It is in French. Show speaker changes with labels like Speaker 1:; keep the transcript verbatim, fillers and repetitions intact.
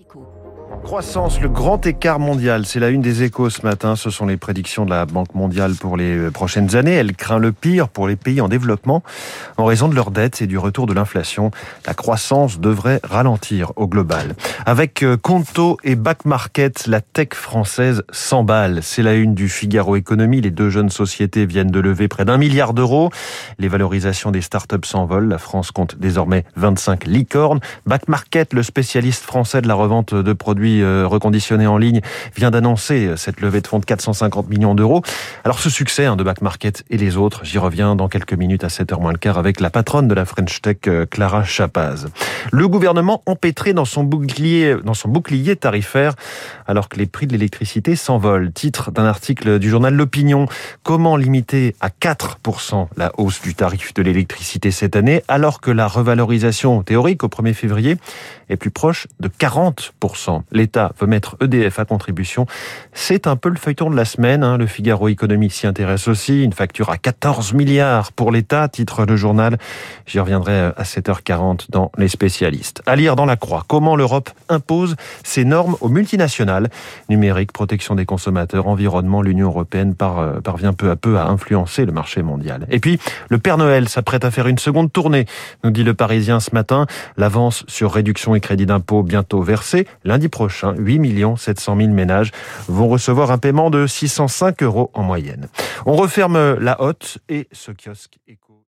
Speaker 1: Croissance, le grand écart mondial, c'est la une des Échos ce matin. Ce sont les prédictions de la Banque mondiale pour les prochaines années. Elle craint le pire pour les pays en développement. En raison de leurs dettes et du retour de l'inflation, la croissance devrait ralentir au global. Avec Conto et Back Market, la tech française s'emballe. C'est la une du Figaro Économie. Les deux jeunes sociétés viennent de lever près d'un milliard d'euros. Les valorisations des startups s'envolent. La France compte désormais vingt-cinq licornes. Back Market, le spécialiste français de la revente de produits reconditionnés en ligne, vient d'annoncer cette levée de fonds de quatre cent cinquante millions d'euros. Alors ce succès hein, de Back Market et les autres, j'y reviens dans quelques minutes à sept heures moins le quart avec la patronne de la French Tech, Clara Chapaz. Le gouvernement empêtré dans son bouclier, dans son bouclier tarifaire alors que les prix de l'électricité s'envolent. Titre d'un article du journal L'Opinion. Comment limiter à quatre pour cent la hausse du tarif de l'électricité cette année alors que la revalorisation théorique au premier février est plus proche de quarante pour cent. L'État veut mettre E D F à contribution. C'est un peu le feuilleton de la semaine. Hein. Le Figaro Économie s'y intéresse aussi. Une facture à quatorze milliards pour l'État, titre le journal. J'y reviendrai à sept heures quarante dans les spécialistes. À lire dans La Croix, comment l'Europe impose ses normes aux multinationales. Numérique, protection des consommateurs, environnement, l'Union européenne par, parvient peu à peu à influencer le marché mondial. Et puis, le Père Noël s'apprête à faire une seconde tournée, nous dit le Parisien ce matin. L'avance sur réduction et crédit d'impôt bientôt versée. Lundi prochain, huit millions sept cent mille ménages vont recevoir un paiement de six cent cinq euros en moyenne. On referme la hotte et ce kiosque éco.